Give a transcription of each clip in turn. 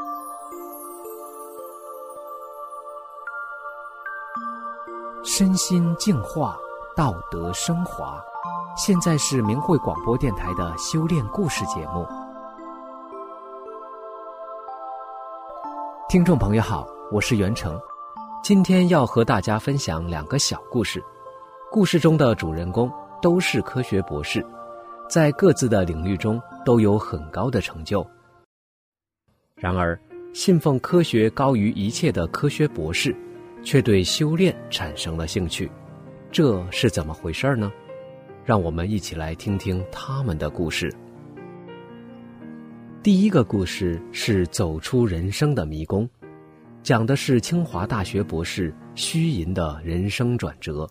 身心净化，道德升华。现在是明慧广播电台的修炼故事节目。听众朋友好，我是袁成，今天要和大家分享2个小故事。故事中的主人公都是科学博士，在各自的领域中都有很高的成就。然而，信奉科学高于一切的科学博士却对修炼产生了兴趣，这是怎么回事呢？让我们一起来听听他们的故事。第一个故事是走出人生的迷宫，讲的是清华大学博士虚银的人生转折。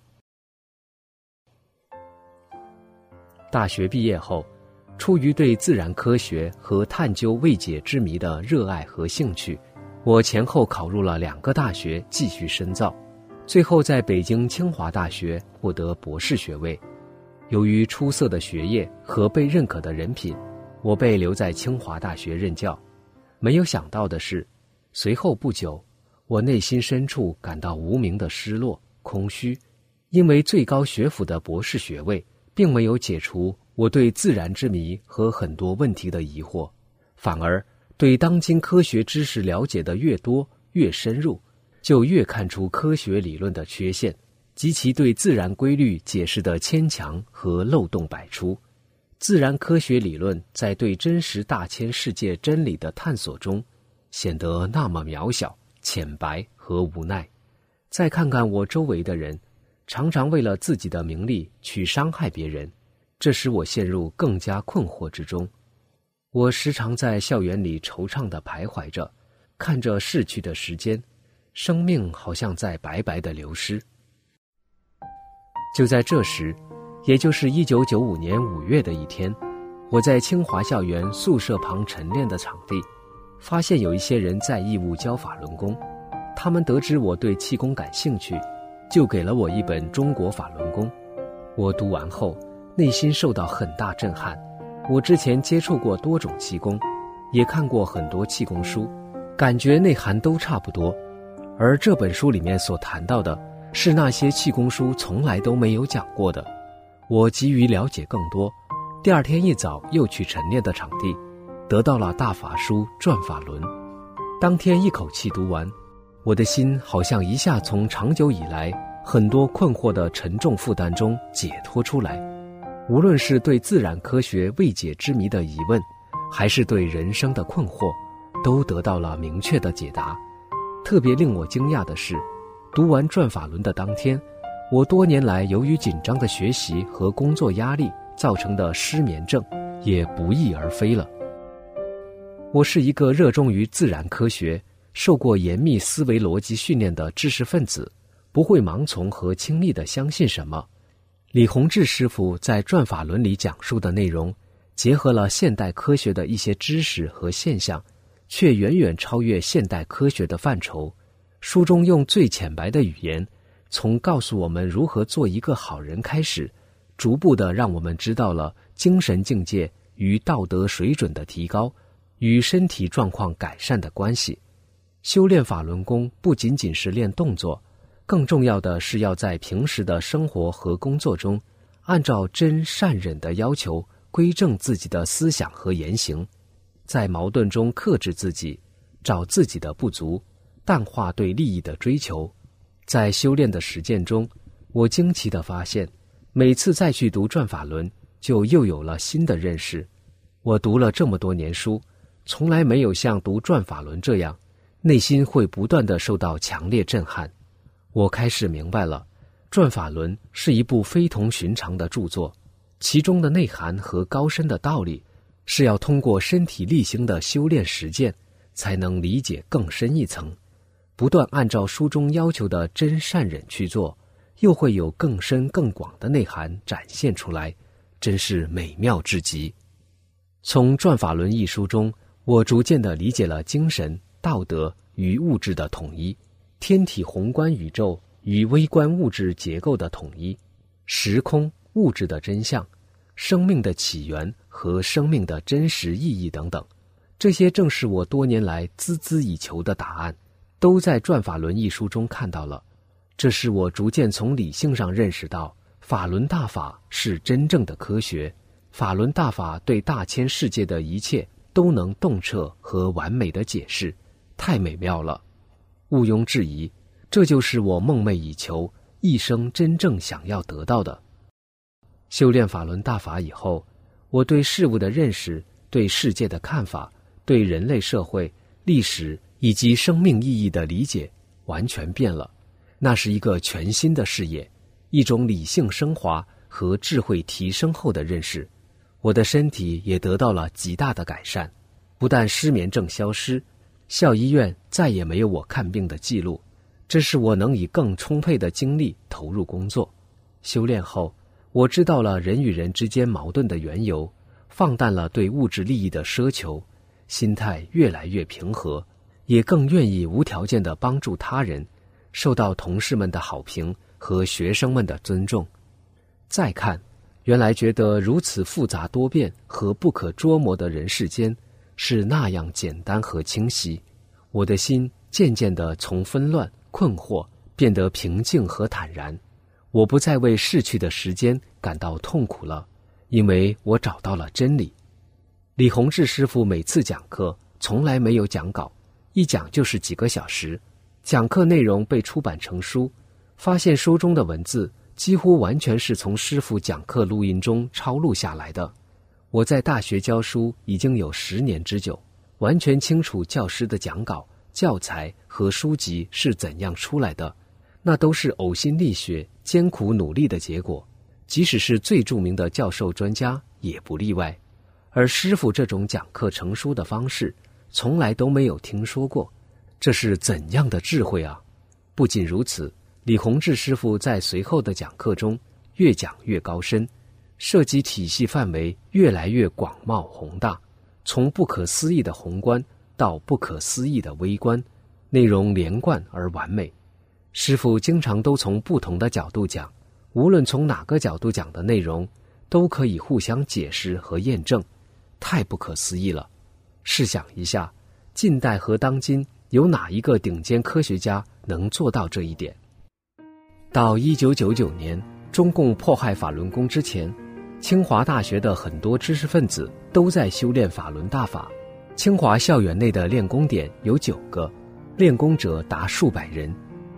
大学毕业后，出于对自然科学和探究未解之谜的热爱和兴趣，我前后考入了2个大学继续深造，最后在北京清华大学获得博士学位。由于出色的学业和被认可的人品，我被留在清华大学任教。没有想到的是，随后不久，我内心深处感到无名的失落、空虚，因为最高学府的博士学位并没有解除我对自然之谜和很多问题的疑惑，反而对当今科学知识了解的越多越深入，就越看出科学理论的缺陷及其对自然规律解释的牵强和漏洞百出。自然科学理论在对真实大千世界真理的探索中显得那么渺小、浅白和无奈。再看看我周围的人，常常为了自己的名利去伤害别人，这使我陷入更加困惑之中。我时常在校园里惆怅地徘徊着，看着逝去的时间，生命好像在白白地流失。就在这时，也就是1995年5月的一天，我在清华校园宿舍旁晨练的场地，发现有一些人在义务教法轮功。他们得知我对气功感兴趣，就给了我一本《中国法轮功》。我读完后，内心受到很大震撼。我之前接触过多种气功，也看过很多气功书，感觉内涵都差不多，而这本书里面所谈到的是那些气功书从来都没有讲过的。我急于了解更多，第2天一早又去晨练的场地，得到了大法书《转法轮》。当天一口气读完，我的心好像一下从长久以来很多困惑的沉重负担中解脱出来。无论是对自然科学未解之谜的疑问，还是对人生的困惑，都得到了明确的解答。特别令我惊讶的是，读完《转法轮》的当天，我多年来由于紧张的学习和工作压力造成的失眠症也不翼而飞了。我是一个热衷于自然科学、受过严密思维逻辑训练的知识分子，不会盲从和轻易地相信什么。李洪志师傅在《转法轮》里讲述的内容，结合了现代科学的一些知识和现象，却远远超越现代科学的范畴。书中用最浅白的语言，从告诉我们如何做一个好人开始，逐步地让我们知道了精神境界与道德水准的提高与身体状况改善的关系。修炼法轮功不仅仅是练动作，更重要的是要在平时的生活和工作中，按照真善忍的要求规正自己的思想和言行，在矛盾中克制自己，找自己的不足，淡化对利益的追求。在修炼的实践中，我惊奇地发现，每次再去读《转法轮》，就又有了新的认识。我读了这么多年书，从来没有像读《转法轮》这样，内心会不断地受到强烈震撼。我开始明白了，《转法轮》是一部非同寻常的著作，其中的内涵和高深的道理，是要通过身体力行的修炼实践，才能理解更深一层。不断按照书中要求的真善忍去做，又会有更深更广的内涵展现出来，真是美妙至极。从《转法轮》一书中，我逐渐地理解了精神、道德与物质的统一，天体宏观宇宙与微观物质结构的统一，时空、物质的真相，生命的起源和生命的真实意义等等。 这些正是我多年来孜孜以求的答案，都在《转法轮》一书中看到了。这是我逐渐从理性上认识到，法轮大法是真正的科学，法轮大法对大千世界的一切都能洞彻和完美的解释，太美妙了，毋庸置疑，这就是我梦寐以求，一生真正想要得到的。修炼法轮大法以后，我对事物的认识，对世界的看法，对人类社会、历史以及生命意义的理解完全变了。那是一个全新的视野，一种理性升华和智慧提升后的认识。我的身体也得到了极大的改善，不但失眠症消失，校医院再也没有我看病的记录，这是我能以更充沛的精力投入工作。修炼后，我知道了人与人之间矛盾的缘由，放淡了对物质利益的奢求，心态越来越平和，也更愿意无条件地帮助他人，受到同事们的好评和学生们的尊重。再看，原来觉得如此复杂多变和不可捉摸的人世间是那样简单和清晰，我的心渐渐地从纷乱困惑变得平静和坦然。我不再为逝去的时间感到痛苦了，因为我找到了真理。李洪志师父每次讲课从来没有讲稿，一讲就是几个小时，讲课内容被出版成书，发现书中的文字几乎完全是从师父讲课录音中抄录下来的。我在大学教书已经有10年之久，完全清楚教师的讲稿、教材和书籍是怎样出来的，那都是呕心沥血、艰苦努力的结果，即使是最著名的教授专家也不例外。而师父这种讲课成书的方式，从来都没有听说过，这是怎样的智慧啊！不仅如此，李洪志师父在随后的讲课中越讲越高深，涉及体系范围越来越广袤宏大，从不可思议的宏观到不可思议的微观，内容连贯而完美。师父经常都从不同的角度讲，无论从哪个角度讲的内容，都可以互相解释和验证，太不可思议了。试想一下，近代和当今有哪一个顶尖科学家能做到这一点？到1999年，中共迫害法轮功之前，清华大学的很多知识分子都在修炼法轮大法。清华校园内的练功点有9个，练功者达数百人。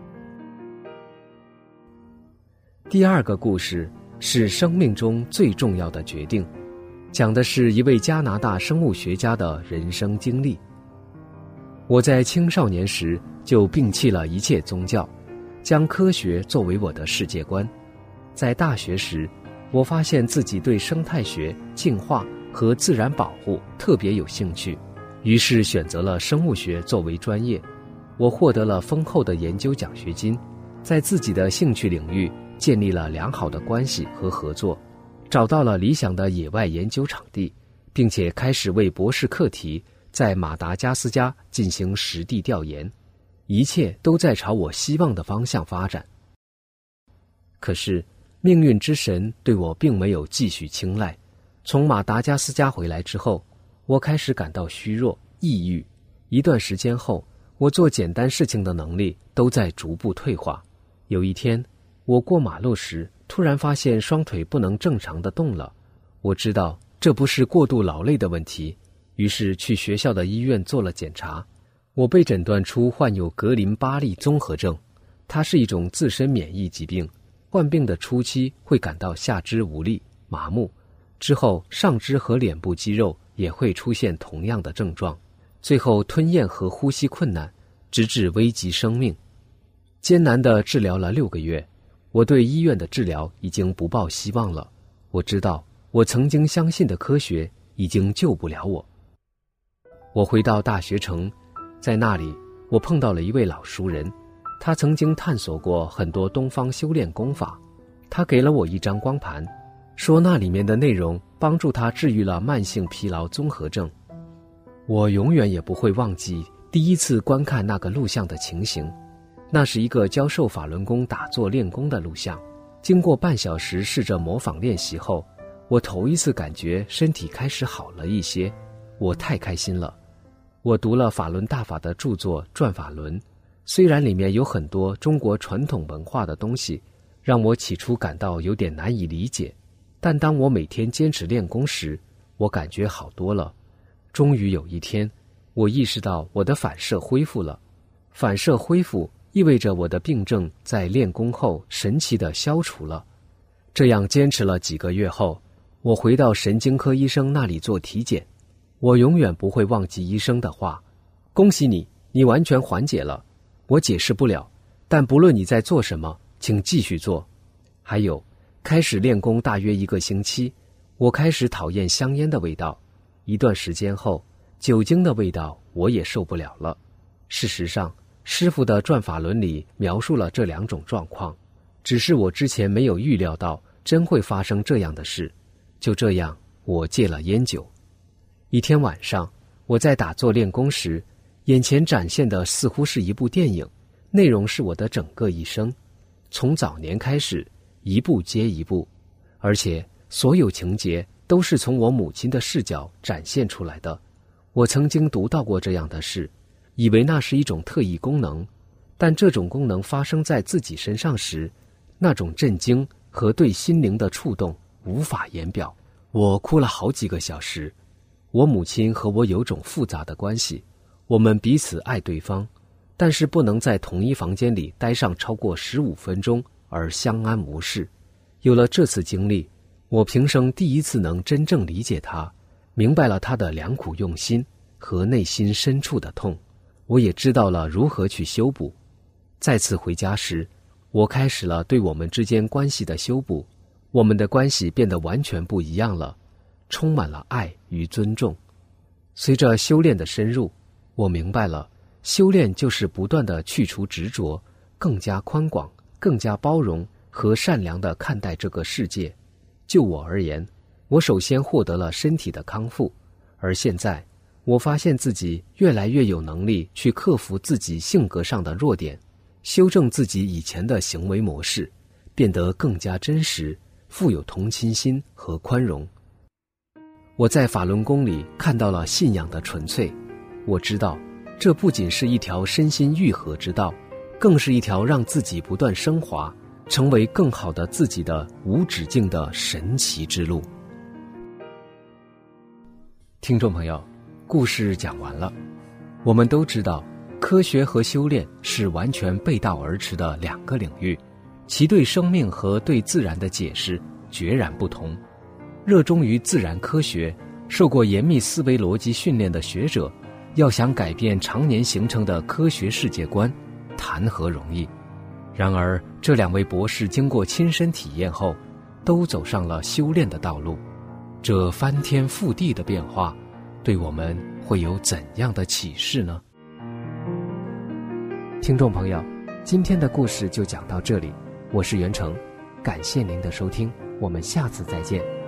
第二个故事是生命中最重要的决定，讲的是一位加拿大生物学家的人生经历。我在青少年时就摒弃了一切宗教，将科学作为我的世界观。在大学时，我发现自己对生态学、进化和自然保护特别有兴趣，于是选择了生物学作为专业。我获得了丰厚的研究奖学金，在自己的兴趣领域建立了良好的关系和合作，找到了理想的野外研究场地，并且开始为博士课题在马达加斯加进行实地调研，一切都在朝我希望的方向发展。可是命运之神对我并没有继续青睐，从马达加斯加回来之后，我开始感到虚弱、抑郁。一段时间后，我做简单事情的能力都在逐步退化。有一天，我过马路时突然发现双腿不能正常地动了。我知道这不是过度劳累的问题，于是去学校的医院做了检查。我被诊断出患有格林巴利综合症，它是一种自身免疫疾病。患病的初期会感到下肢无力、麻木，之后上肢和脸部肌肉也会出现同样的症状，最后吞咽和呼吸困难，直至危及生命。艰难地治疗了6个月，我对医院的治疗已经不抱希望了。我知道我曾经相信的科学已经救不了我。我回到大学城，在那里我碰到了一位老熟人，他曾经探索过很多东方修炼功法。他给了我一张光盘，说那里面的内容帮助他治愈了慢性疲劳综合症。我永远也不会忘记第一次观看那个录像的情形。那是一个教授法轮功打坐练功的录像。经过半小时试着模仿练习后，我头一次感觉身体开始好了一些，我太开心了。 我读了法轮大法的著作《转法轮》，虽然里面有很多中国传统文化的东西，让我起初感到有点难以理解，但当我每天坚持练功时，我感觉好多了。终于有一天，我意识到我的反射恢复了。反射恢复意味着我的病症在练功后神奇地消除了。这样坚持了几个月后，我回到神经科医生那里做体检。我永远不会忘记医生的话：恭喜你，你完全缓解了。我解释不了，但不论你在做什么，请继续做。还有，开始练功大约1个星期，我开始讨厌香烟的味道。一段时间后，酒精的味道我也受不了了。事实上，师父的转法轮里描述了这2种状况，只是我之前没有预料到真会发生这样的事。就这样，我戒了烟酒。一天晚上，我在打坐练功时，眼前展现的似乎是一部电影，内容是我的整个一生，从早年开始，一部接一部，而且所有情节都是从我母亲的视角展现出来的。我曾经读到过这样的事，以为那是一种特异功能，但这种功能发生在自己身上时，那种震惊和对心灵的触动无法言表。我哭了好几个小时。我母亲和我有种复杂的关系，我们彼此爱对方，但是不能在同一房间里待上超过15分钟而相安无事。有了这次经历，我平生第一次能真正理解她，明白了她的良苦用心和内心深处的痛。我也知道了如何去修补。再次回家时，我开始了对我们之间关系的修补，我们的关系变得完全不一样了，充满了爱与尊重。随着修炼的深入，我明白了，修炼就是不断地去除执着，更加宽广，更加包容和善良地看待这个世界。就我而言，我首先获得了身体的康复，而现在我发现自己越来越有能力去克服自己性格上的弱点，修正自己以前的行为模式，变得更加真实，富有同情心和宽容。我在法轮功里看到了信仰的纯粹，我知道这不仅是一条身心愈合之道，更是一条让自己不断升华，成为更好的自己的无止境的神奇之路。听众朋友，故事讲完了。我们都知道，科学和修炼是完全背道而驰的2个领域，其对生命和对自然的解释决然不同。热衷于自然科学、受过严密思维逻辑训练的学者，要想改变常年形成的科学世界观，谈何容易？然而，这2位博士经过亲身体验后，都走上了修炼的道路。这翻天覆地的变化，对我们会有怎样的启示呢？听众朋友，今天的故事就讲到这里，我是袁成，感谢您的收听，我们下次再见。